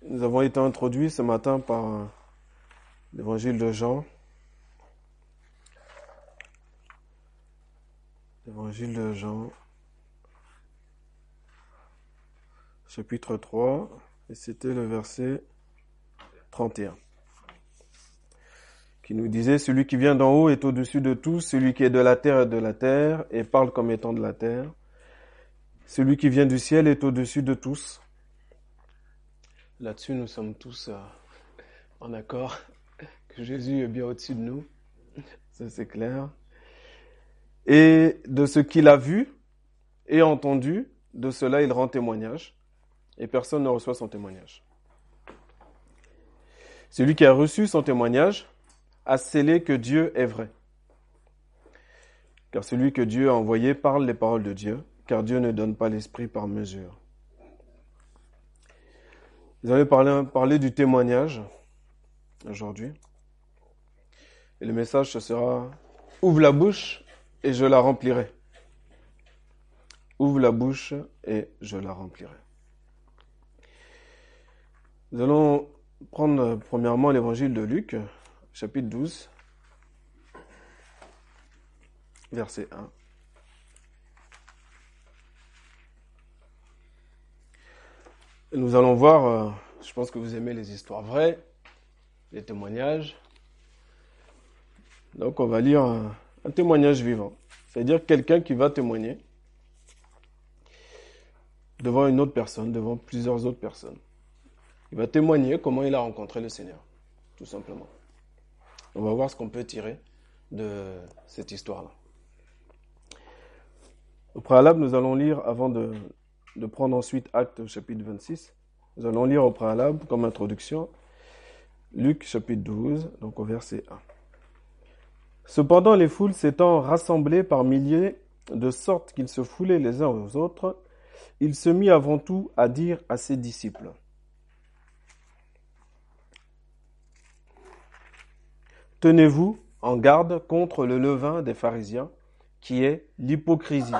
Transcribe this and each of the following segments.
Nous avons été introduits ce matin par l'évangile de Jean. L'évangile de Jean, chapitre 3, et c'était le verset 31, qui nous disait « Celui qui vient d'en haut est au-dessus de tous, celui qui est de la terre est de la terre, et parle comme étant de la terre. Celui qui vient du ciel est au-dessus de tous. » Là-dessus, nous sommes tous en accord que Jésus est bien au-dessus de nous, ça c'est clair. Et de ce qu'il a vu et entendu, de cela il rend témoignage, et personne ne reçoit son témoignage. Celui qui a reçu son témoignage a scellé que Dieu est vrai. Car celui que Dieu a envoyé parle les paroles de Dieu, car Dieu ne donne pas l'esprit par mesure. Vous allez parler du témoignage aujourd'hui. Et le message, ce sera « Ouvre la bouche et je la remplirai. » Ouvre la bouche et je la remplirai. Nous allons prendre premièrement l'évangile de Luc, chapitre 12, verset 1. Et nous allons voir, je pense que vous aimez les histoires vraies, les témoignages. Donc on va lire un témoignage vivant, c'est-à-dire quelqu'un qui va témoigner devant une autre personne, devant plusieurs autres personnes. Il va témoigner comment il a rencontré le Seigneur, tout simplement. On va voir ce qu'on peut tirer de cette histoire-là. Au préalable, nous allons lire, avant de prendre ensuite Actes chapitre 26, nous allons lire au préalable, comme introduction, Luc chapitre 12, donc au verset 1. Cependant, les foules s'étant rassemblées par milliers, de sorte qu'ils se foulaient les uns aux autres, il se mit avant tout à dire à ses disciples : Tenez-vous en garde contre le levain des pharisiens, qui est l'hypocrisie.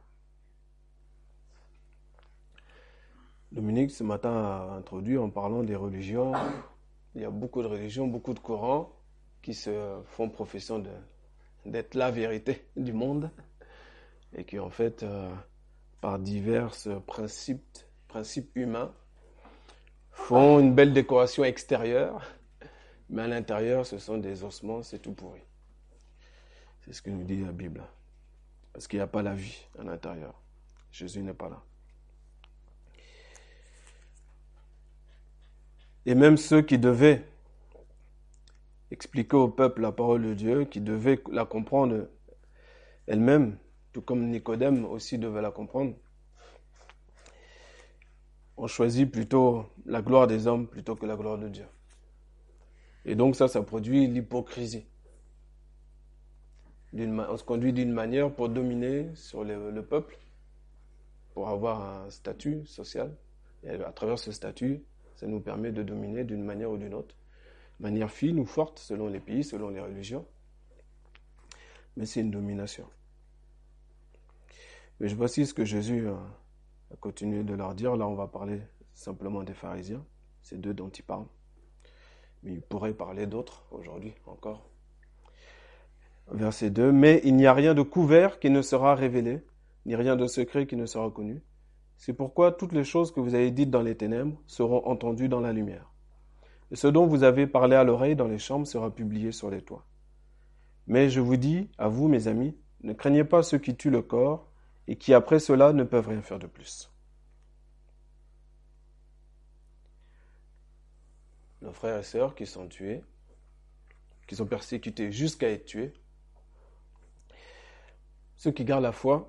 Dominique, ce matin, a introduit en parlant des religions. Il y a beaucoup de religions, beaucoup de courants qui se font profession d'être la vérité du monde et qui, en fait, par divers principes humains, font une belle décoration extérieure, mais à l'intérieur, ce sont des ossements, c'est tout pourri. C'est ce que nous dit la Bible. Parce qu'il n'y a pas la vie à l'intérieur. Jésus n'est pas là. Et même ceux qui devaient expliquer au peuple la parole de Dieu, qui devaient la comprendre elle-même, tout comme Nicodème aussi devait la comprendre, ont choisi plutôt la gloire des hommes plutôt que la gloire de Dieu. Et donc ça produit l'hypocrisie. On se conduit d'une manière pour dominer sur le peuple, pour avoir un statut social. Et à travers ce statut, ça nous permet de dominer d'une manière ou d'une autre. Manière fine ou forte, selon les pays, selon les religions. Mais c'est une domination. Mais voici ce que Jésus a continué de leur dire. Là, on va parler simplement des pharisiens. C'est d'eux dont il parle. Mais il pourrait parler d'autres aujourd'hui encore. Verset 2. « Mais il n'y a rien de couvert qui ne sera révélé, ni rien de secret qui ne sera connu. C'est pourquoi toutes les choses que vous avez dites dans les ténèbres seront entendues dans la lumière. Et ce dont vous avez parlé à l'oreille dans les chambres sera publié sur les toits. Mais je vous dis, à vous mes amis, ne craignez pas ceux qui tuent le corps et qui après cela ne peuvent rien faire de plus. » Nos frères et sœurs qui sont tués, qui sont persécutés jusqu'à être tués, ceux qui gardent la foi,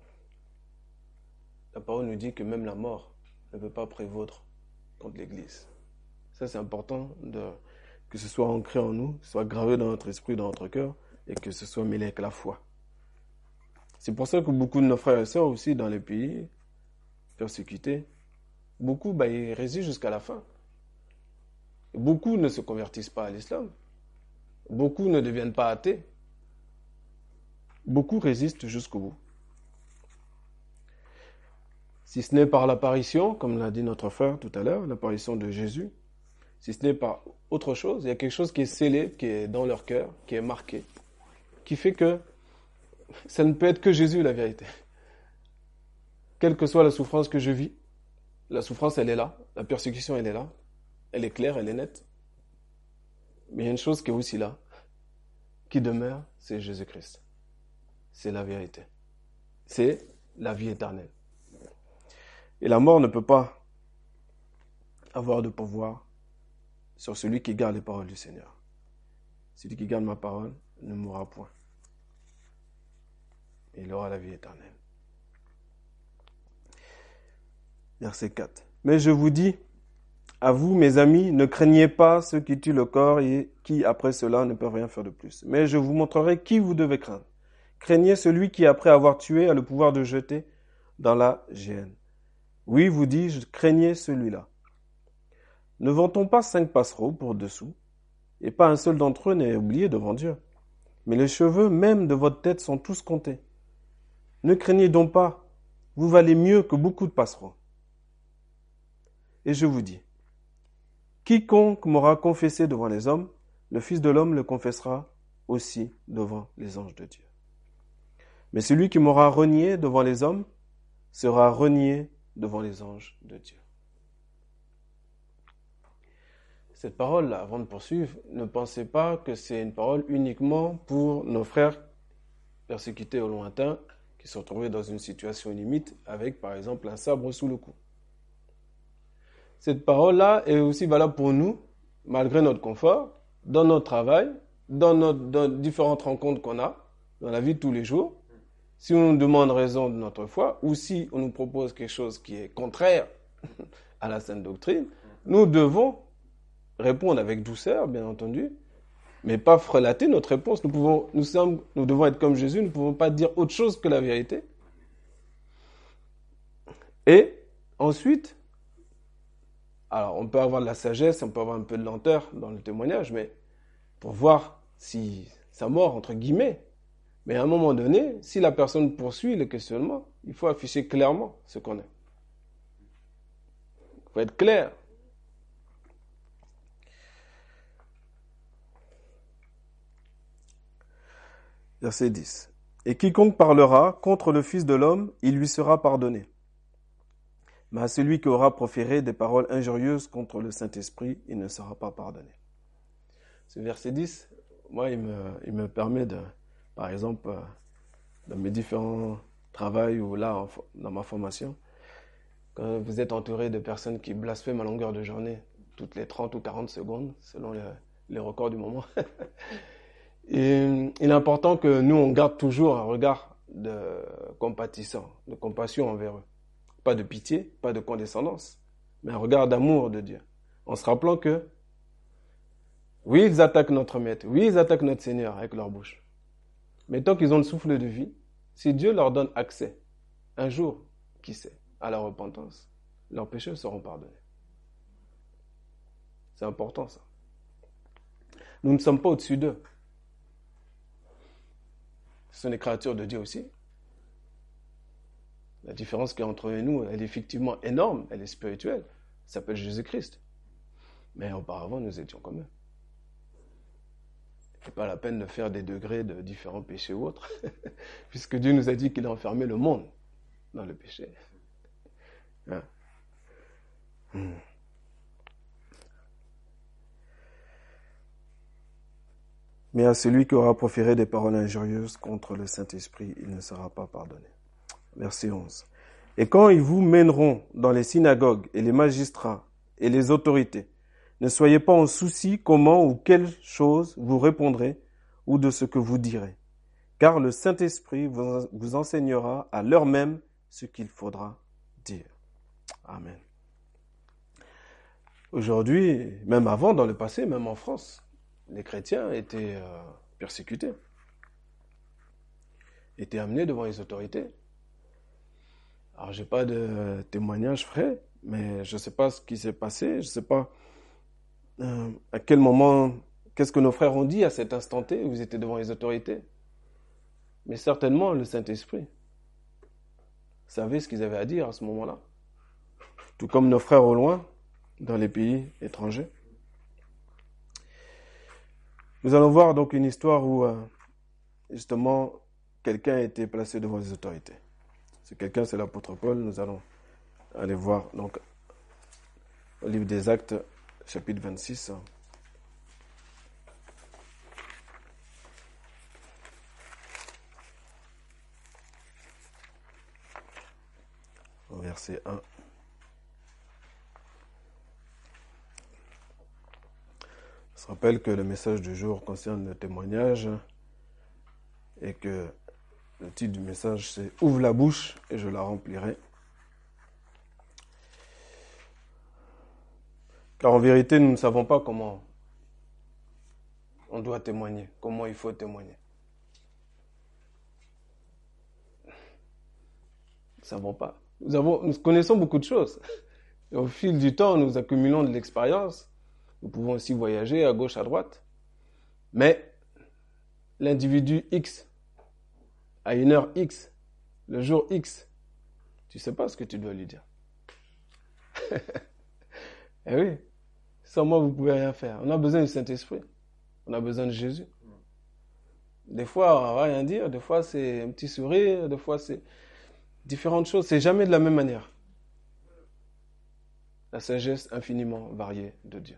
la parole nous dit que même la mort ne peut pas prévaudre contre l'Église. Ça, c'est important que ce soit ancré en nous, soit gravé dans notre esprit, dans notre cœur, et que ce soit mêlé avec la foi. C'est pour ça que beaucoup de nos frères et sœurs aussi dans les pays persécutés, beaucoup ils résistent jusqu'à la fin. Beaucoup ne se convertissent pas à l'islam. Beaucoup ne deviennent pas athées. Beaucoup résistent jusqu'au bout. si ce n'est par l'apparition, comme l'a dit notre frère tout à l'heure, l'apparition de Jésus, si ce n'est par autre chose, il y a quelque chose qui est scellé, qui est dans leur cœur, qui est marqué, qui fait que ça ne peut être que Jésus la vérité. Quelle que soit la souffrance que je vis, la souffrance elle est là, la persécution elle est là, elle est claire, elle est nette. Mais il y a une chose qui est aussi là, qui demeure, c'est Jésus-Christ. C'est la vérité. C'est la vie éternelle. Et la mort ne peut pas avoir de pouvoir sur celui qui garde les paroles du Seigneur. Celui qui garde ma parole ne mourra point. Et il aura la vie éternelle. Verset 4. Mais je vous dis, à vous, mes amis, ne craignez pas ceux qui tuent le corps et qui, après cela, ne peuvent rien faire de plus. Mais je vous montrerai qui vous devez craindre. Craignez celui qui, après avoir tué, a le pouvoir de jeter dans la géhenne. Oui, vous dis-je, craignez celui-là. Ne vend-on pas 5 passereaux pour 2 sous, et pas un seul d'entre eux n'est oublié devant Dieu. Mais les cheveux même de votre tête sont tous comptés. Ne craignez donc pas, vous valez mieux que beaucoup de passereaux. Et je vous dis, quiconque m'aura confessé devant les hommes, le Fils de l'homme le confessera aussi devant les anges de Dieu. Mais celui qui m'aura renié devant les hommes sera renié devant les anges de Dieu. Cette parole-là, avant de poursuivre, ne pensez pas que c'est une parole uniquement pour nos frères persécutés au lointain qui se retrouvaient dans une situation limite avec, par exemple, un sabre sous le cou. Cette parole-là est aussi valable pour nous, malgré notre confort, dans notre travail, dans différentes rencontres qu'on a, dans la vie de tous les jours. Si on nous demande raison de notre foi, ou si on nous propose quelque chose qui est contraire à la sainte doctrine, nous devons répondre avec douceur, bien entendu, mais pas frelater notre réponse. Nous devons être comme Jésus, nous ne pouvons pas dire autre chose que la vérité. Et ensuite, alors on peut avoir de la sagesse, on peut avoir un peu de lenteur dans le témoignage, mais pour voir si ça mord, entre guillemets. Mais à un moment donné, si la personne poursuit le questionnement, il faut afficher clairement ce qu'on est. Il faut être clair. Verset 10. Et quiconque parlera contre le Fils de l'homme, il lui sera pardonné. Mais à celui qui aura proféré des paroles injurieuses contre le Saint-Esprit, il ne sera pas pardonné. Ce verset 10, moi, il me permet de, par exemple, dans mes différents travails ou là, dans ma formation, quand vous êtes entouré de personnes qui blasphèment à longueur de journée, toutes les 30 ou 40 secondes, selon les records du moment, et il est important que nous, on garde toujours un regard de compatissant, de compassion envers eux. Pas de pitié, pas de condescendance, mais un regard d'amour de Dieu. En se rappelant que, oui, ils attaquent notre maître, oui, ils attaquent notre Seigneur avec leur bouche. Mais tant qu'ils ont le souffle de vie, si Dieu leur donne accès, un jour, qui sait, à la repentance, leurs péchés seront pardonnés. C'est important ça. Nous ne sommes pas au-dessus d'eux. Ce sont des créatures de Dieu aussi. La différence qu'il y a entre nous, elle est effectivement énorme, elle est spirituelle. Ça s'appelle Jésus-Christ. Mais auparavant, nous étions comme eux. Ce n'est pas la peine de faire des degrés de différents péchés ou autres, puisque Dieu nous a dit qu'il a enfermé le monde dans le péché. Hein? Mais à celui qui aura proféré des paroles injurieuses contre le Saint-Esprit, il ne sera pas pardonné. Verset 11. Et quand ils vous mèneront dans les synagogues et les magistrats et les autorités, ne soyez pas en souci comment ou quelle chose vous répondrez ou de ce que vous direz. Car le Saint-Esprit vous enseignera à l'heure même ce qu'il faudra dire. Amen. Aujourd'hui, même avant, dans le passé, même en France, les chrétiens étaient persécutés, étaient amenés devant les autorités. Alors, j'ai pas de témoignage frais, mais je sais pas ce qui s'est passé, je sais pas à quel moment, qu'est-ce que nos frères ont dit à cet instant T où ils étaient devant les autorités. Mais certainement le Saint-Esprit savaient ce qu'ils avaient à dire à ce moment-là. Tout comme nos frères au loin, dans les pays étrangers. Nous allons voir donc une histoire où, justement, quelqu'un a été placé devant les autorités. Ce quelqu'un, c'est l'apôtre Paul. Nous allons aller voir donc au livre des Actes, chapitre 26. Au verset 1. On se rappelle que le message du jour concerne le témoignage et que le titre du message c'est « Ouvre la bouche et je la remplirai ». Car en vérité, nous ne savons pas comment on doit témoigner, comment il faut témoigner. Nous ne savons pas. Nous connaissons beaucoup de choses. Et au fil du temps, nous accumulons de l'expérience. Nous pouvons aussi voyager à gauche, à droite. Mais l'individu X, à une heure X, le jour X, tu ne sais pas ce que tu dois lui dire. Eh oui, sans moi, vous ne pouvez rien faire. On a besoin du Saint-Esprit. On a besoin de Jésus. Des fois, on ne va rien dire. Des fois, c'est un petit sourire. Des fois, c'est différentes choses. C'est jamais de la même manière. La sagesse infiniment variée de Dieu.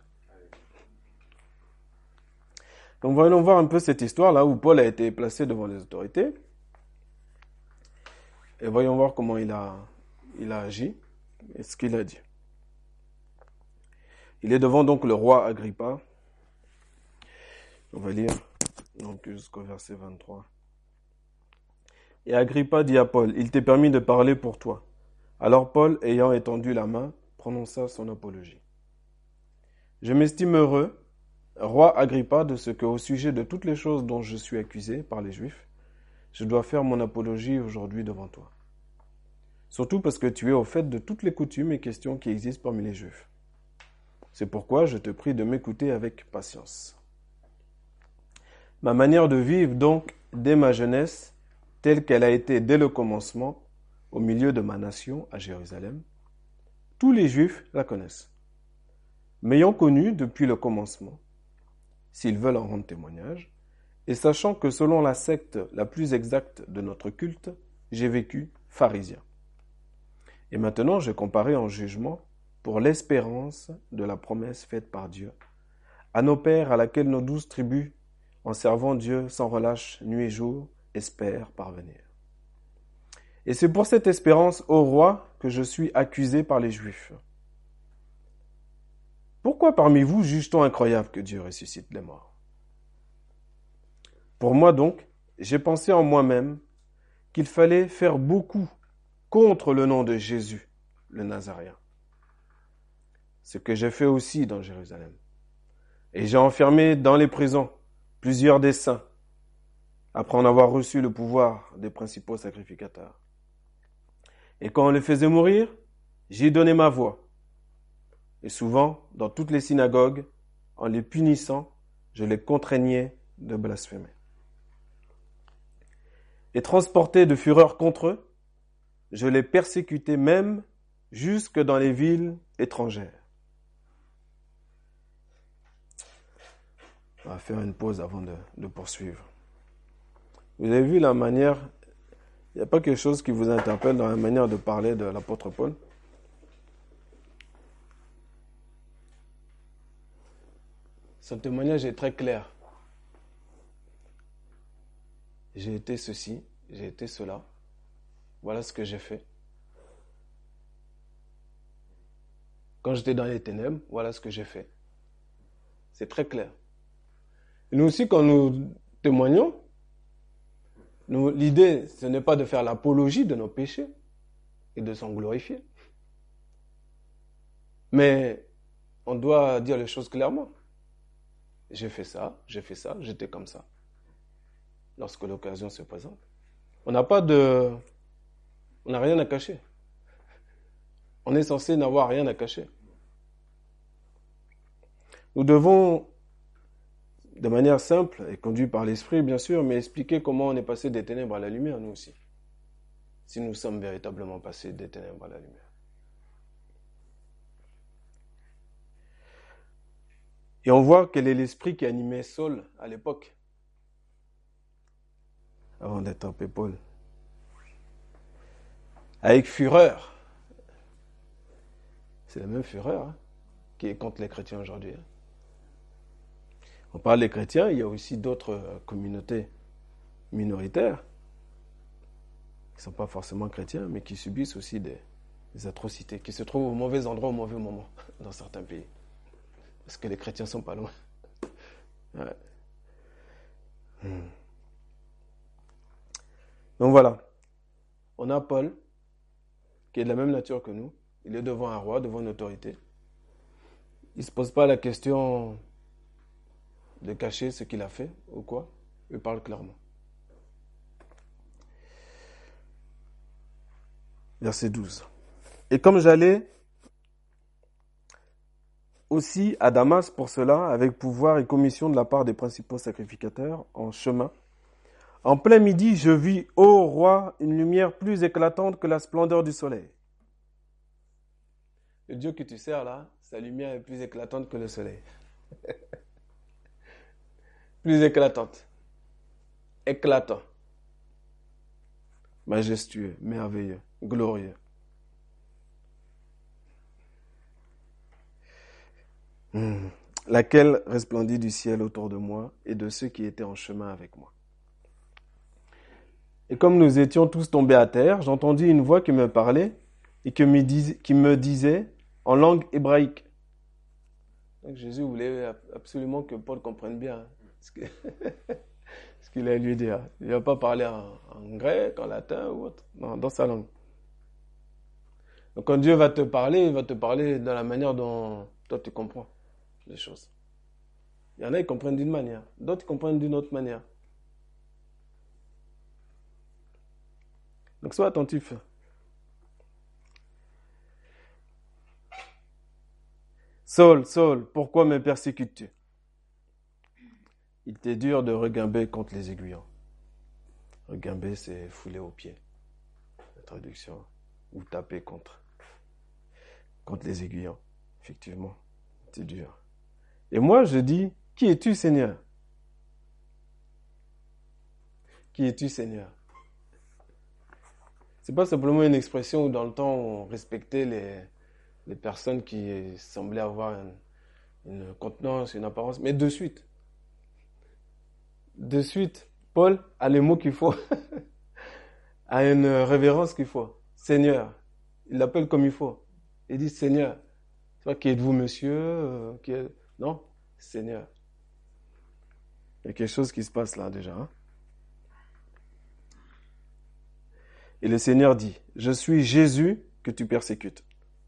Donc, voyons voir un peu cette histoire-là où Paul a été placé devant les autorités. Et voyons voir comment il a agi et ce qu'il a dit. Il est devant donc le roi Agrippa. On va lire donc jusqu'au verset 23. Et Agrippa dit à Paul, « Il t'est permis de parler pour toi. » Alors Paul, ayant étendu la main, prononça son apologie. « Je m'estime heureux, roi Agrippa, de ce qu'au sujet de toutes les choses dont je suis accusé par les Juifs, je dois faire mon apologie aujourd'hui devant toi. Surtout parce que tu es au fait de toutes les coutumes et questions qui existent parmi les Juifs. C'est pourquoi je te prie de m'écouter avec patience. Ma manière de vivre donc dès ma jeunesse, telle qu'elle a été dès le commencement, au milieu de ma nation à Jérusalem, tous les Juifs la connaissent. M'ayant connu depuis le commencement, s'ils veulent en rendre témoignage, et sachant que selon la secte la plus exacte de notre culte, j'ai vécu pharisien. Et maintenant, je comparais en jugement pour l'espérance de la promesse faite par Dieu, à nos pères à laquelle nos 12 tribus, en servant Dieu sans relâche nuit et jour, espèrent parvenir. Et c'est pour cette espérance, ô roi, que je suis accusé par les Juifs. Pourquoi parmi vous juge-t-on incroyable que Dieu ressuscite les morts? Pour moi donc, j'ai pensé en moi-même qu'il fallait faire beaucoup contre le nom de Jésus, le Nazaréen. Ce que j'ai fait aussi dans Jérusalem. Et j'ai enfermé dans les prisons plusieurs des saints, après en avoir reçu le pouvoir des principaux sacrificateurs. Et quand on les faisait mourir, j'y donnais ma voix. Et souvent, dans toutes les synagogues, en les punissant, je les contraignais de blasphémer. Et transporté de fureur contre eux, je les persécutais même jusque dans les villes étrangères. On va faire une pause avant de poursuivre. Vous avez vu la manière, il n'y a pas quelque chose qui vous interpelle dans la manière de parler de l'apôtre Paul? Son témoignage est très clair. J'ai été ceci, j'ai été cela. Voilà ce que j'ai fait. Quand j'étais dans les ténèbres, voilà ce que j'ai fait. C'est très clair. Et nous aussi, quand nous témoignons, l'idée, ce n'est pas de faire l'apologie de nos péchés et de s'en glorifier. Mais on doit dire les choses clairement. J'ai fait ça, j'étais comme ça. Lorsque l'occasion se présente. On n'a rien à cacher. On est censé n'avoir rien à cacher. Nous devons, de manière simple et conduite par l'Esprit, bien sûr, mais expliquer comment on est passé des ténèbres à la lumière, nous aussi. si nous sommes véritablement passés des ténèbres à la lumière. Et on voit quel est l'esprit qui animait Saul à l'époque, avant d'être appelé Paul. Avec fureur. C'est la même fureur qui est contre les chrétiens aujourd'hui. On parle des chrétiens, il y a aussi d'autres communautés minoritaires qui ne sont pas forcément chrétiens, mais qui subissent aussi des atrocités, qui se trouvent au mauvais endroit au mauvais moment dans certains pays. Parce que les chrétiens ne sont pas loin. Ouais. Donc voilà, on a Paul, qui est de la même nature que nous. Il est devant un roi, devant une autorité. Il ne se pose pas la question de cacher ce qu'il a fait ou quoi. Il parle clairement. Verset 12. Et comme j'allais aussi à Damas pour cela, avec pouvoir et commission de la part des principaux sacrificateurs, en chemin, en plein midi, je vis, ô roi, une lumière plus éclatante que la splendeur du soleil. Le Dieu que tu sers là, sa lumière est plus éclatante que le soleil. Plus éclatante. Éclatant. Majestueux, merveilleux, glorieux. Laquelle resplendit du ciel autour de moi et de ceux qui étaient en chemin avec moi. Et comme nous étions tous tombés à terre, j'entendis une voix qui me parlait et qui me disait en langue hébraïque. Donc Jésus voulait absolument que Paul comprenne bien ce qu'il allait lui dire. Il ne va pas parler en grec, en latin ou autre, non, dans sa langue. Donc quand Dieu va te parler, il va te parler dans la manière dont toi tu comprends les choses. Il y en a qui comprennent d'une manière, d'autres comprennent d'une autre manière. Donc sois attentif. Saul, Saul, pourquoi me persécutes-tu? Il t'est dur de regimber contre les aiguillons. Regimber, c'est fouler aux pieds. La traduction. Ou taper contre les aiguillons. Effectivement, c'est dur. Et moi, je dis, qui es-tu, Seigneur? Qui es-tu, Seigneur? C'est pas simplement une expression où dans le temps on respectait les personnes qui semblaient avoir une contenance, une apparence, mais de suite, Paul a les mots qu'il faut, a une révérence qu'il faut. Seigneur, il l'appelle comme il faut. Il dit Seigneur. C'est pas qui êtes-vous, monsieur? Non, Seigneur. Il y a quelque chose qui se passe là déjà. Hein? Et le Seigneur dit, je suis Jésus que tu persécutes.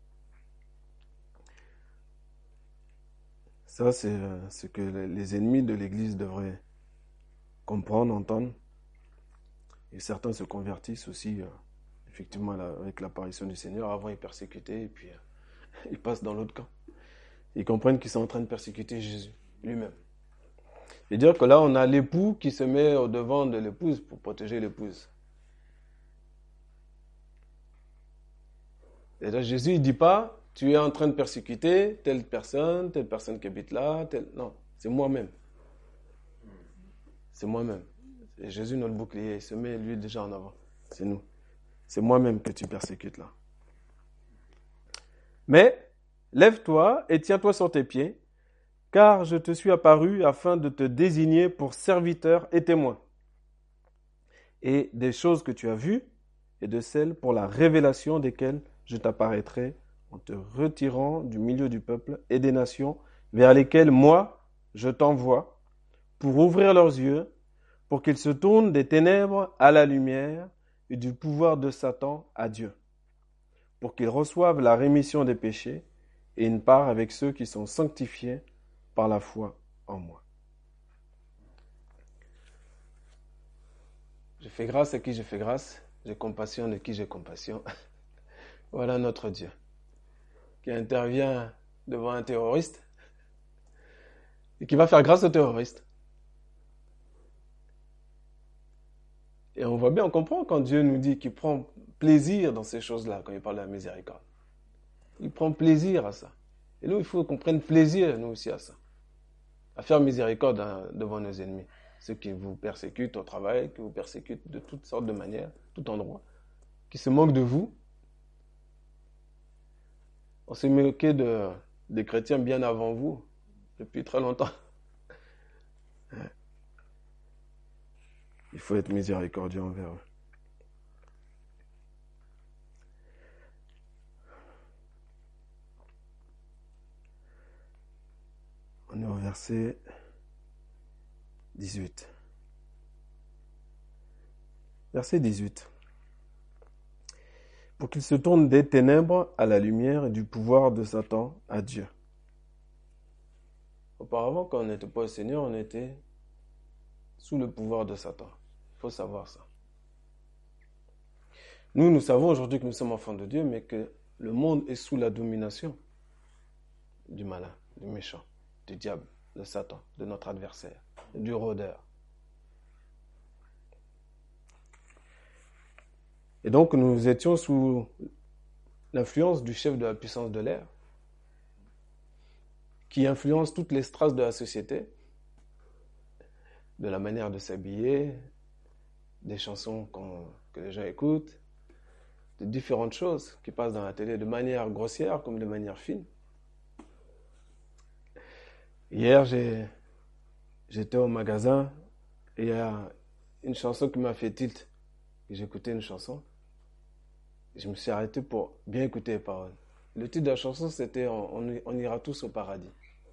Ça, c'est ce que les ennemis de l'Église devraient comprendre, entendre. Et certains se convertissent aussi, effectivement, avec l'apparition du Seigneur. Avant, ils persécutaient et puis ils passent dans l'autre camp. Ils comprennent qu'ils sont en train de persécuter Jésus lui-même. C'est-à-dire que là, on a l'époux qui se met au devant de l'épouse pour protéger l'épouse. Et là, Jésus, il ne dit pas, tu es en train de persécuter telle personne qui habite là, Non, c'est moi-même. C'est moi-même. Et Jésus, notre bouclier, il se met lui déjà en avant. C'est nous. C'est moi-même que tu persécutes là. Mais, lève-toi et tiens-toi sur tes pieds, car je te suis apparu afin de te désigner pour serviteur et témoin. Et des choses que tu as vues, et de celles pour la révélation desquelles je t'apparaîtrai en te retirant du milieu du peuple et des nations vers lesquelles moi, je t'envoie, pour ouvrir leurs yeux, pour qu'ils se tournent des ténèbres à la lumière et du pouvoir de Satan à Dieu, pour qu'ils reçoivent la rémission des péchés et une part avec ceux qui sont sanctifiés par la foi en moi. Je fais grâce à qui je fais grâce, j'ai compassion de qui j'ai compassion. Voilà notre Dieu, qui intervient devant un terroriste et qui va faire grâce au terroriste. Et on voit bien, on comprend quand Dieu nous dit qu'il prend plaisir dans ces choses-là quand il parle de la miséricorde. Il prend plaisir à ça. Et nous, il faut qu'on prenne plaisir, nous aussi, à ça. À faire miséricorde devant nos ennemis. Ceux qui vous persécutent au travail, qui vous persécutent de toutes sortes de manières, tout endroit, qui se moquent de vous. On s'est moqué des chrétiens bien avant vous, depuis très longtemps. Il faut être miséricordieux envers eux. On est au verset 18. Verset 18. Pour qu'il se tourne des ténèbres à la lumière et du pouvoir de Satan à Dieu. Auparavant, quand on n'était pas au Seigneur, on était sous le pouvoir de Satan. Il faut savoir ça. Nous savons aujourd'hui que nous sommes enfants de Dieu, mais que le monde est sous la domination du malin, du méchant, du diable, de Satan, de notre adversaire, du rôdeur. Et donc nous étions sous l'influence du chef de la puissance de l'air, qui influence toutes les strates de la société, de la manière de s'habiller, des chansons que les gens écoutent, de différentes choses qui passent dans la télé de manière grossière comme de manière fine. Hier, j'étais au magasin et il y a une chanson qui m'a fait tilt. J'écoutais une chanson. Je me suis arrêté pour bien écouter les paroles. Le titre de la chanson, c'était On ira tous au paradis.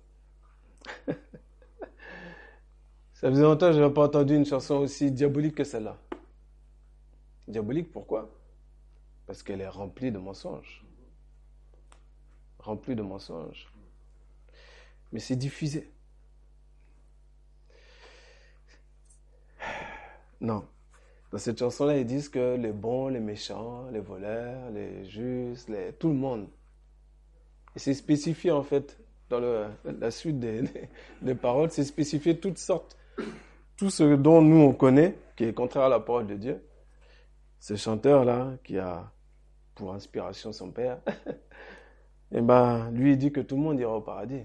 Ça faisait longtemps que je n'avais pas entendu une chanson aussi diabolique que celle-là. Diabolique, pourquoi? Parce qu'elle est remplie de mensonges. Remplie de mensonges. Mais c'est diffusé. Non. Dans cette chanson-là, ils disent que les bons, les méchants, les voleurs, les justes, tout le monde. Et c'est spécifié en fait, dans la suite des paroles, c'est spécifié toutes sortes, tout ce dont nous on connaît, qui est contraire à la parole de Dieu. Ce chanteur-là, qui a pour inspiration son père, et lui il dit que tout le monde ira au paradis.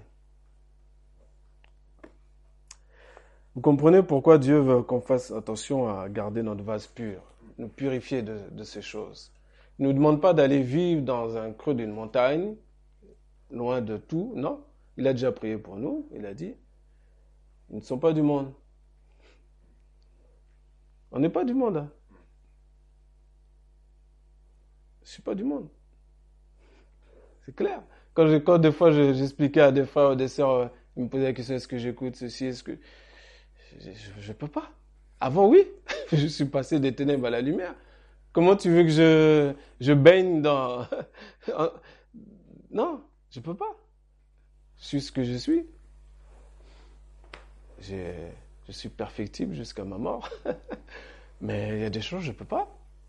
Vous comprenez pourquoi Dieu veut qu'on fasse attention à garder notre vase pur, nous purifier de ces choses. Il ne nous demande pas d'aller vivre dans un creux d'une montagne, loin de tout, non. Il a déjà prié pour nous, il a dit, ils ne sont pas du monde. On n'est pas du monde. Hein. Je ne suis pas du monde. C'est clair. Quand des fois j'expliquais à des frères ou des sœurs, ils me posaient la question, est-ce que j'écoute ceci, est-ce que... Je peux pas. Avant, oui. Je suis passé des ténèbres à la lumière. Comment tu veux que je baigne dans... Non, je peux pas. Je suis ce que je suis. Je suis perfectible jusqu'à ma mort. Mais il y a des choses, je peux pas.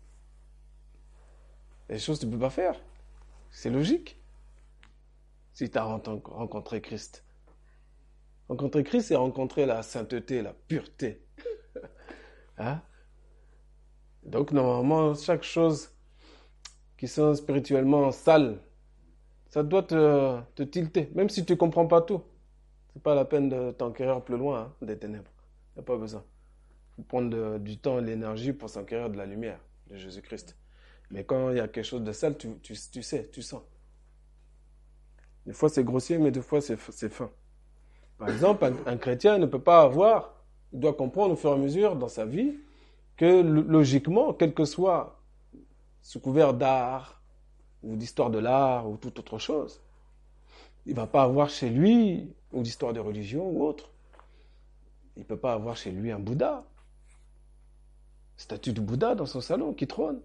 Il y a des choses que tu peux pas faire. C'est logique. Si tu as rencontré Christ. Rencontrer Christ, c'est rencontrer la sainteté, la pureté. Hein? Donc, normalement, chaque chose qui sont spirituellement sales, ça doit te tilter, même si tu ne comprends pas tout. Ce n'est pas la peine de t'enquérir plus loin des ténèbres. Il n'y a pas besoin. Il faut prendre du temps et de l'énergie pour s'enquérir de la lumière de Jésus-Christ. Mais quand il y a quelque chose de sale, tu sais, tu sens. Des fois, c'est grossier, mais des fois, c'est fin. Par exemple, un chrétien ne peut pas avoir, il doit comprendre au fur et à mesure dans sa vie que logiquement, quel que soit sous couvert d'art ou d'histoire de l'art ou toute autre chose, il ne va pas avoir chez lui, ou d'histoire de religion ou autre, il ne peut pas avoir chez lui un Bouddha, statue de Bouddha dans son salon qui trône.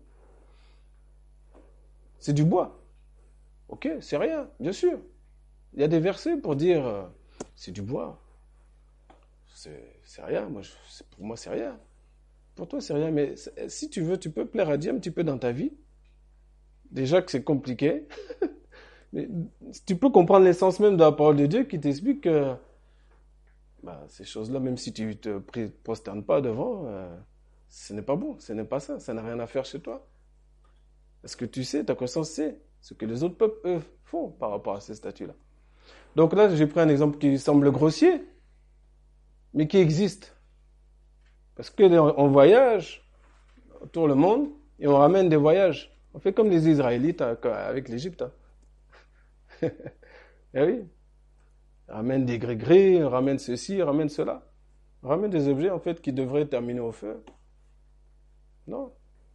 C'est du bois. Ok, c'est rien, bien sûr. Il y a des versets pour dire c'est du bois. C'est rien. Pour moi, c'est rien. Pour toi, c'est rien. Mais si tu veux, tu peux plaire à Dieu un petit peu dans ta vie. Déjà que c'est compliqué. Mais tu peux comprendre l'essence même de la parole de Dieu qui t'explique que ces choses-là, même si tu ne te prosternes pas devant, ce n'est pas bon. Ce n'est pas ça. Ça n'a rien à faire chez toi. Est-ce que tu sais, ta conscience sait ce que les autres peuples, eux, font par rapport à ces statues-là? Donc là, j'ai pris un exemple qui semble grossier, mais qui existe. Parce qu'on voyage autour le monde et on ramène des voyages. On fait comme les Israélites avec l'Égypte. Hein. Eh oui. On ramène des gris-gris, on ramène ceci, on ramène cela. On ramène des objets, en fait, qui devraient terminer au feu. Non.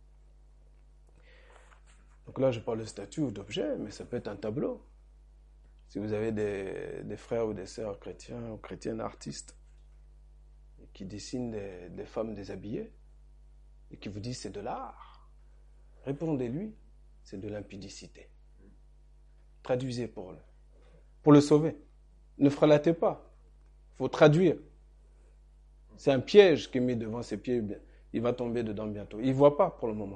Donc là, je parle de statue ou d'objet, mais ça peut être un tableau. Si vous avez des frères ou des sœurs chrétiens ou chrétiennes artistes qui dessinent des femmes déshabillées et qui vous disent c'est de l'art, répondez-lui, c'est de l'impudicité. Traduisez pour le sauver. Ne frelatez pas. Il faut traduire. C'est un piège qui est mis devant ses pieds. Il va tomber dedans bientôt. Il ne voit pas pour le moment.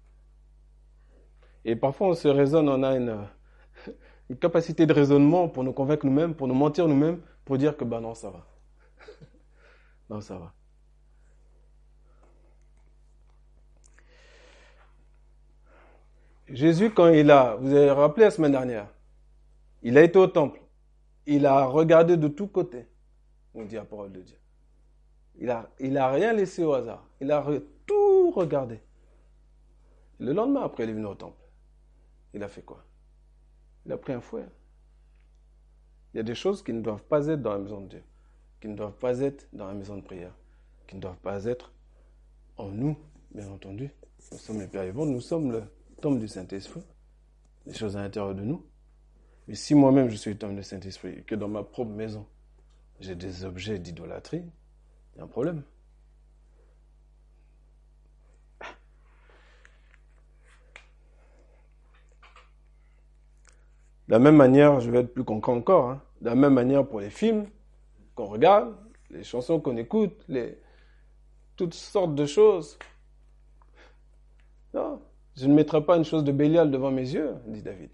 Et parfois, on se raisonne, on a une capacité de raisonnement pour nous convaincre nous-mêmes, pour nous mentir nous-mêmes, pour dire que non, ça va. Non, ça va. Jésus, quand vous avez rappelé la semaine dernière, il a été au temple. Il a regardé de tous côtés, on dit la parole de Dieu. Il a rien laissé au hasard. Il a tout regardé. Le lendemain, après, il est venu au temple. Il a fait quoi? Il a pris un fouet. Il y a des choses qui ne doivent pas être dans la maison de Dieu, qui ne doivent pas être dans la maison de prière, qui ne doivent pas être en nous, bien entendu. Nous sommes les pères vivants, nous sommes le temple du Saint-Esprit, les choses à l'intérieur de nous. Mais si moi-même je suis le temple du Saint-Esprit et que dans ma propre maison, j'ai des objets d'idolâtrie, il y a un problème. De la même manière, je vais être plus concret encore, hein, de la même manière pour les films qu'on regarde, les chansons qu'on écoute, toutes sortes de choses. Non, je ne mettrai pas une chose de Bélial devant mes yeux, dit David.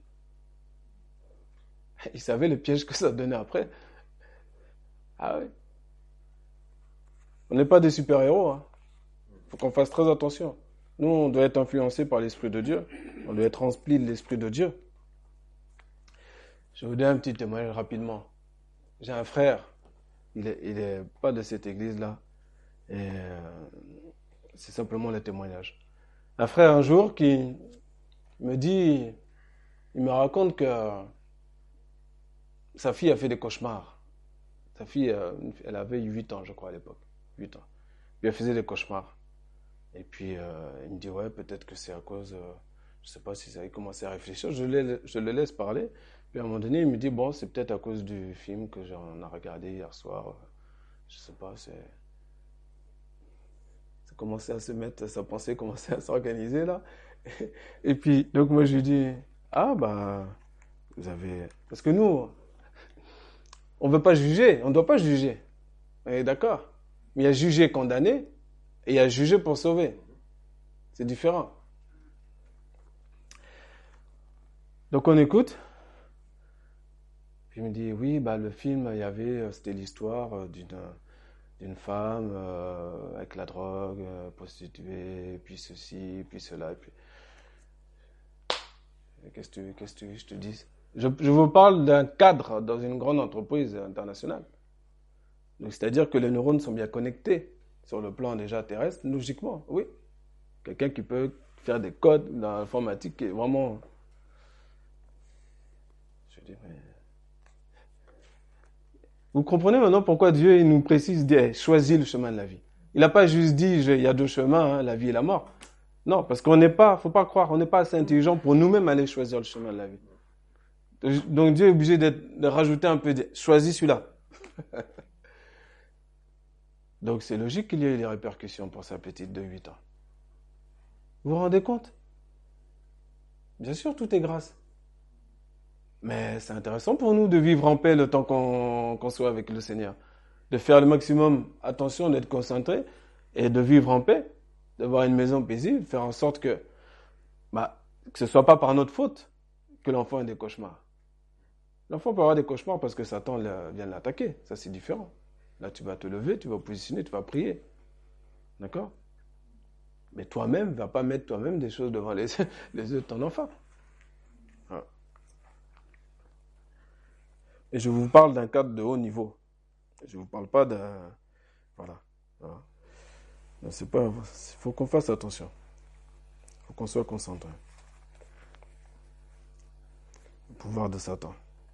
Il savait le piège que ça donnait après. Ah oui. On n'est pas des super-héros. Hein. Faut qu'on fasse très attention. Nous, on doit être influencés par l'Esprit de Dieu. On doit être remplis de l'Esprit de Dieu. Je vais vous donner un petit témoignage rapidement. J'ai un frère. Il est pas de cette église-là. Et c'est simplement le témoignage. Un frère, un jour, qui me dit, il me raconte que sa fille a fait des cauchemars. Sa fille, elle avait 8 ans, je crois, à l'époque. 8 ans. Puis elle faisait des cauchemars. Et puis, il me dit, ouais, peut-être que c'est à cause... je ne sais pas si ça a commencé à réfléchir. Je le laisse parler. Puis à un moment donné, il me dit, bon, c'est peut-être à cause du film que j'en ai regardé hier soir. Je ne sais pas, ça commençait à se mettre, sa pensée commençait à s'organiser, là. Et puis, donc moi, je lui dis, ah, bah, vous avez... Parce que nous, on ne veut pas juger, on ne doit pas juger. On est d'accord? Mais il y a jugé, condamné, et il y a jugé pour sauver. C'est différent. Donc on écoute. Puis il me dit, oui, bah, le film, c'était l'histoire d'une femme avec la drogue, prostituée, puis ceci, puis cela. Puis... Qu'est-ce que je te dis? Je vous parle d'un cadre dans une grande entreprise internationale. Donc, c'est-à-dire que les neurones sont bien connectés sur le plan déjà terrestre, logiquement, oui. Quelqu'un qui peut faire des codes dans l'informatique qui est vraiment... Je dis, mais... Vous comprenez maintenant pourquoi Dieu il nous précise, dit, choisis le chemin de la vie. Il n'a pas juste dit, il y a deux chemins, hein, la vie et la mort. Non, parce qu'on n'est pas, faut pas croire, on n'est pas assez intelligent pour nous-mêmes aller choisir le chemin de la vie. Donc Dieu est obligé de rajouter un peu, choisis celui-là. Donc c'est logique qu'il y ait des répercussions pour sa petite de 8 ans. Vous vous rendez compte? Bien sûr, tout est grâce. Mais c'est intéressant pour nous de vivre en paix le temps qu'on soit avec le Seigneur. De faire le maximum attention, d'être concentré et de vivre en paix, d'avoir une maison paisible, faire en sorte que ce ne soit pas par notre faute que l'enfant ait des cauchemars. L'enfant peut avoir des cauchemars parce que Satan vient l'attaquer. Ça, c'est différent. Là, tu vas te lever, tu vas positionner, tu vas prier. D'accord? Mais toi-même, va pas mettre toi-même des choses devant les yeux de ton enfant. Voilà. Et je vous parle d'un cadre de haut niveau. Je ne vous parle pas d'un... Voilà. Voilà. C'est pas... Il faut qu'on fasse attention. Il faut qu'on soit concentré. Le pouvoir de Satan.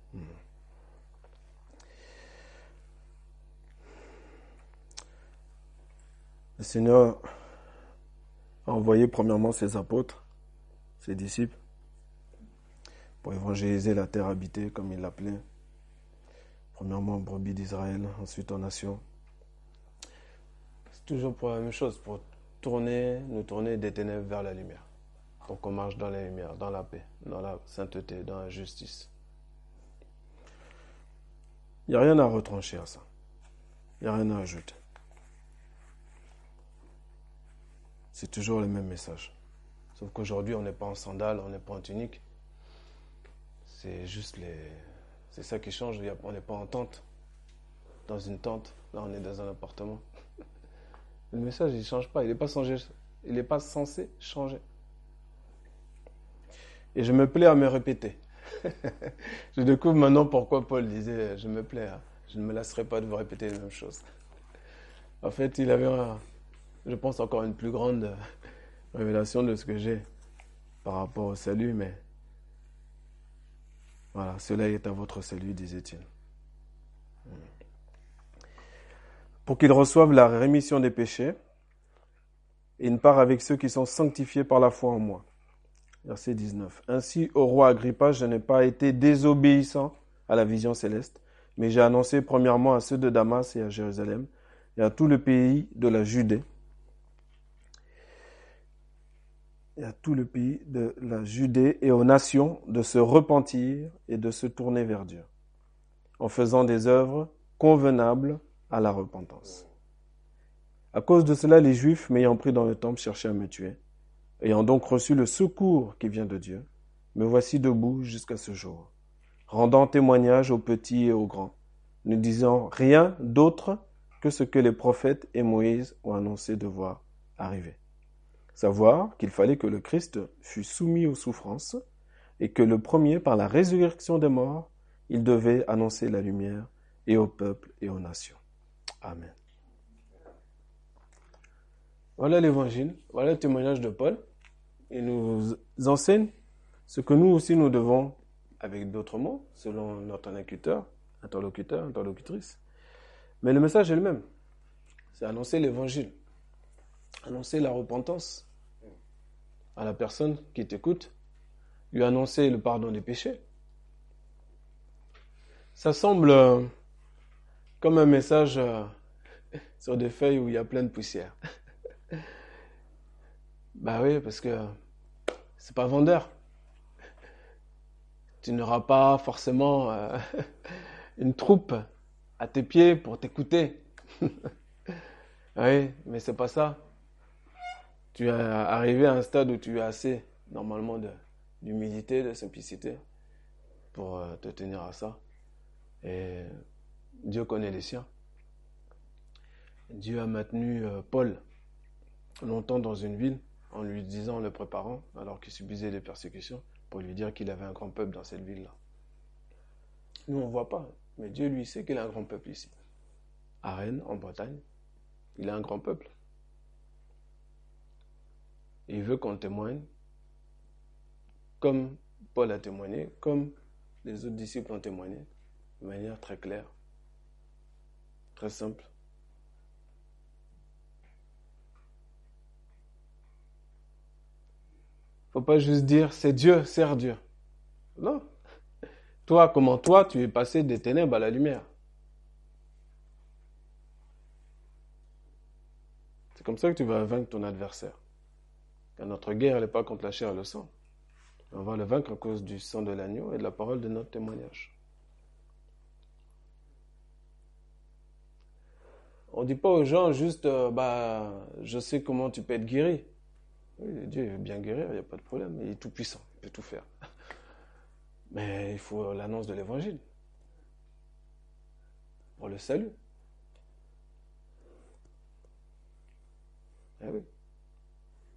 Le Seigneur a envoyé premièrement ses apôtres, ses disciples, pour évangéliser la terre habitée, comme il l'appelait. Premièrement, brebis d'Israël, ensuite aux nations. C'est toujours pour la même chose, pour nous tourner des ténèbres vers la lumière. Pour qu'on marche dans la lumière, dans la paix, dans la sainteté, dans la justice. Il n'y a rien à retrancher à ça. Il n'y a rien à ajouter. C'est toujours le même message. Sauf qu'aujourd'hui, on n'est pas en sandales, on n'est pas en tunique. C'est juste c'est ça qui change. On n'est pas en tente. Dans une tente. Là, on est dans un appartement. Le message, il ne change pas. Il n'est pas censé changer. Et je me plais à me répéter. Je découvre maintenant pourquoi Paul disait « Je me plais, je ne me lasserai pas de vous répéter les mêmes choses ». En fait, il avait, je pense, encore une plus grande révélation de ce que j'ai par rapport au salut, mais voilà, cela est à votre salut, disait-il. Pour qu'ils reçoivent la rémission des péchés et une part avec ceux qui sont sanctifiés par la foi en moi. Verset 19. Ainsi, au roi Agrippa, je n'ai pas été désobéissant à la vision céleste, mais j'ai annoncé premièrement à ceux de Damas et à Jérusalem et à tout le pays de la Judée, et aux nations de se repentir et de se tourner vers Dieu, en faisant des œuvres convenables à la repentance. À cause de cela, les Juifs, m'ayant pris dans le temple, cherchaient à me tuer. Ayant donc reçu le secours qui vient de Dieu, me voici debout jusqu'à ce jour, rendant témoignage aux petits et aux grands, ne disant rien d'autre que ce que les prophètes et Moïse ont annoncé devoir arriver. Savoir qu'il fallait que le Christ fût soumis aux souffrances et que le premier, par la résurrection des morts, il devait annoncer la lumière et au peuple et aux nations. Amen. Voilà l'évangile, voilà le témoignage de Paul. Il nous enseigne ce que nous aussi nous devons, avec d'autres mots, selon notre interlocutrice. Mais le message est le même. C'est annoncer l'évangile, annoncer la repentance à la personne qui t'écoute, lui annoncer le pardon des péchés. Ça semble comme un message sur des feuilles où il y a plein de poussière. Bah oui, parce que c'est pas vendeur. Tu n'auras pas forcément une troupe à tes pieds pour t'écouter. Oui, mais c'est pas ça. Tu es arrivé à un stade où tu as assez, normalement, d'humilité, de simplicité pour te tenir à ça. Et Dieu connaît les siens. Dieu a maintenu Paul longtemps dans une ville en lui disant, en le préparant, alors qu'il subissait des persécutions, pour lui dire qu'il avait un grand peuple dans cette ville-là. Nous, on ne voit pas, mais Dieu, lui, sait qu'il a un grand peuple ici. À Rennes, en Bretagne, il a un grand peuple. Et il veut qu'on témoigne comme Paul a témoigné, comme les autres disciples ont témoigné, de manière très claire, très simple. Faut pas juste dire c'est Dieu, sers Dieu. Non. Toi, comment toi, tu es passé des ténèbres à la lumière. C'est comme ça que tu vas vaincre ton adversaire. Car notre guerre n'est pas contre la chair et le sang. On va le vaincre à cause du sang de l'agneau et de la parole de notre témoignage. On ne dit pas aux gens juste, je sais comment tu peux être guéri. Oui, Dieu veut bien guérir, il n'y a pas de problème. Il est tout puissant, il peut tout faire. Mais il faut l'annonce de l'évangile pour le salut. Eh oui.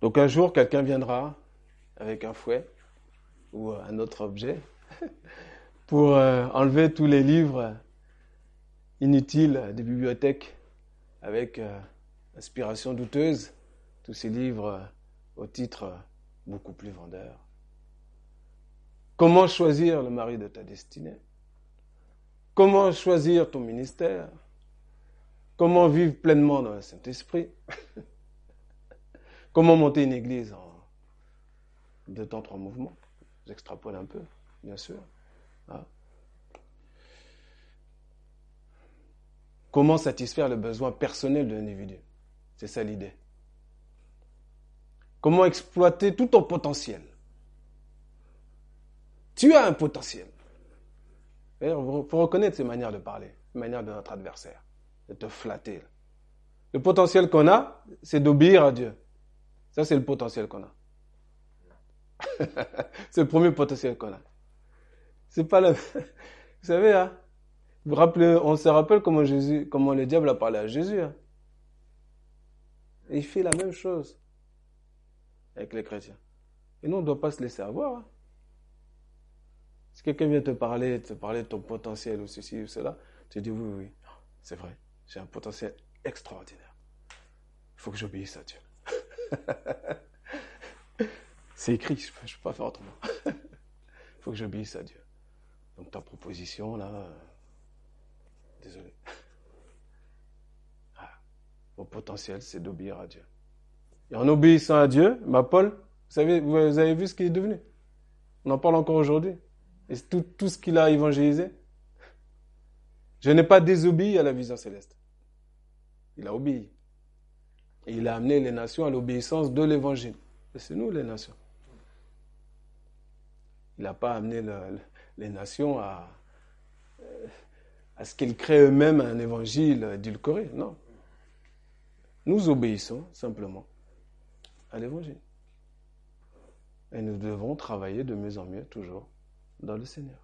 Donc un jour, quelqu'un viendra avec un fouet ou un autre objet pour enlever tous les livres inutiles des bibliothèques avec inspiration douteuse, tous ces livres au titre beaucoup plus vendeur. Comment choisir le mari de ta destinée? Comment choisir ton ministère? Comment vivre pleinement dans le Saint-Esprit? Comment monter une église en 2 temps, 3 mouvements? J'extrapole un peu, bien sûr. Hein? Comment satisfaire le besoin personnel de l'individu? C'est ça l'idée. Comment exploiter tout ton potentiel? Tu as un potentiel. Il faut reconnaître ces manières de parler, les manières de notre adversaire, de te flatter. Le potentiel qu'on a, c'est d'obéir à Dieu. Ça, c'est le potentiel qu'on a. C'est le premier potentiel qu'on a. C'est pas le... Vous savez, hein, on se rappelle comment le diable a parlé à Jésus. Hein. Et il fait la même chose avec les chrétiens. Et nous, on ne doit pas se laisser avoir. Hein. Si quelqu'un vient te parler de ton potentiel ou ceci ou cela, tu dis oui, c'est vrai, j'ai un potentiel extraordinaire. Il faut que j'obéisse à Dieu. C'est écrit, je ne peux pas faire autrement. Il faut que j'obéisse à Dieu. Donc ta proposition, là, désolé. Mon potentiel, c'est d'obéir à Dieu. Et en obéissant à Dieu, Paul, vous avez vu ce qu'il est devenu. On en parle encore aujourd'hui. Et tout ce qu'il a évangélisé. Je n'ai pas désobéi à la vision céleste. Il a obéi. Et il a amené les nations à l'obéissance de l'évangile. Et c'est nous les nations. Il n'a pas amené les nations à ce qu'ils créent eux-mêmes un évangile édulcoré. Non. Nous obéissons simplement à l'évangile. Et nous devons travailler de mieux en mieux toujours dans le Seigneur.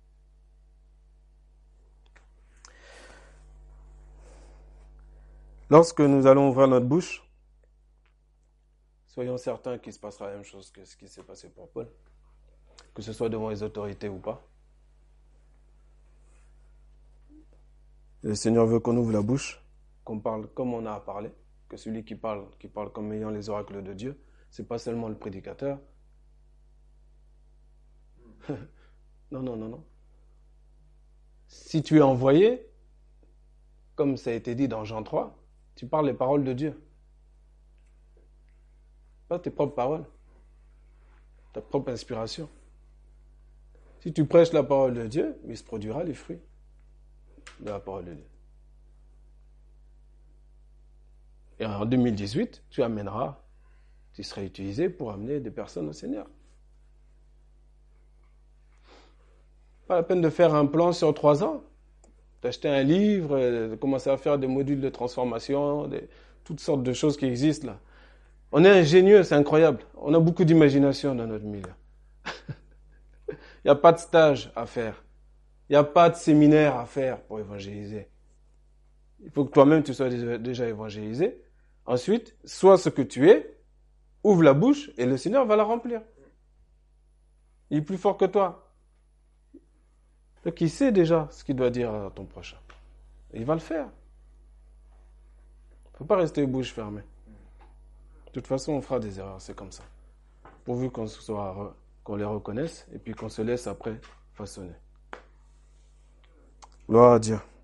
Lorsque nous allons ouvrir notre bouche, soyons certains qu'il se passera la même chose que ce qui s'est passé pour Paul, que ce soit devant les autorités ou pas. Le Seigneur veut qu'on ouvre la bouche, qu'on parle comme on a à parler, que celui qui parle comme ayant les oracles de Dieu, c'est pas seulement le prédicateur. Non. Si tu es envoyé, comme ça a été dit dans Jean 3, tu parles les paroles de Dieu. Pas tes propres paroles. Ta propre inspiration. Si tu prêches la parole de Dieu, il se produira les fruits de la parole de Dieu. Et en 2018, tu seras utilisé pour amener des personnes au Seigneur. Pas la peine de faire un plan sur 3 ans, d'acheter un livre, de commencer à faire des modules de transformation, toutes sortes de choses qui existent là. On est ingénieux, c'est incroyable. On a beaucoup d'imagination dans notre milieu. Il n'y a pas de stage à faire. Il n'y a pas de séminaire à faire pour évangéliser. Il faut que toi-même tu sois déjà évangélisé. Ensuite, sois ce que tu es, ouvre la bouche et le Seigneur va la remplir. Il est plus fort que toi. Donc il sait déjà ce qu'il doit dire à ton prochain. Et il va le faire. Il ne faut pas rester bouche fermée. De toute façon, on fera des erreurs, c'est comme ça. Pourvu qu'on les reconnaisse et puis qu'on se laisse après façonner. Gloire à Dieu.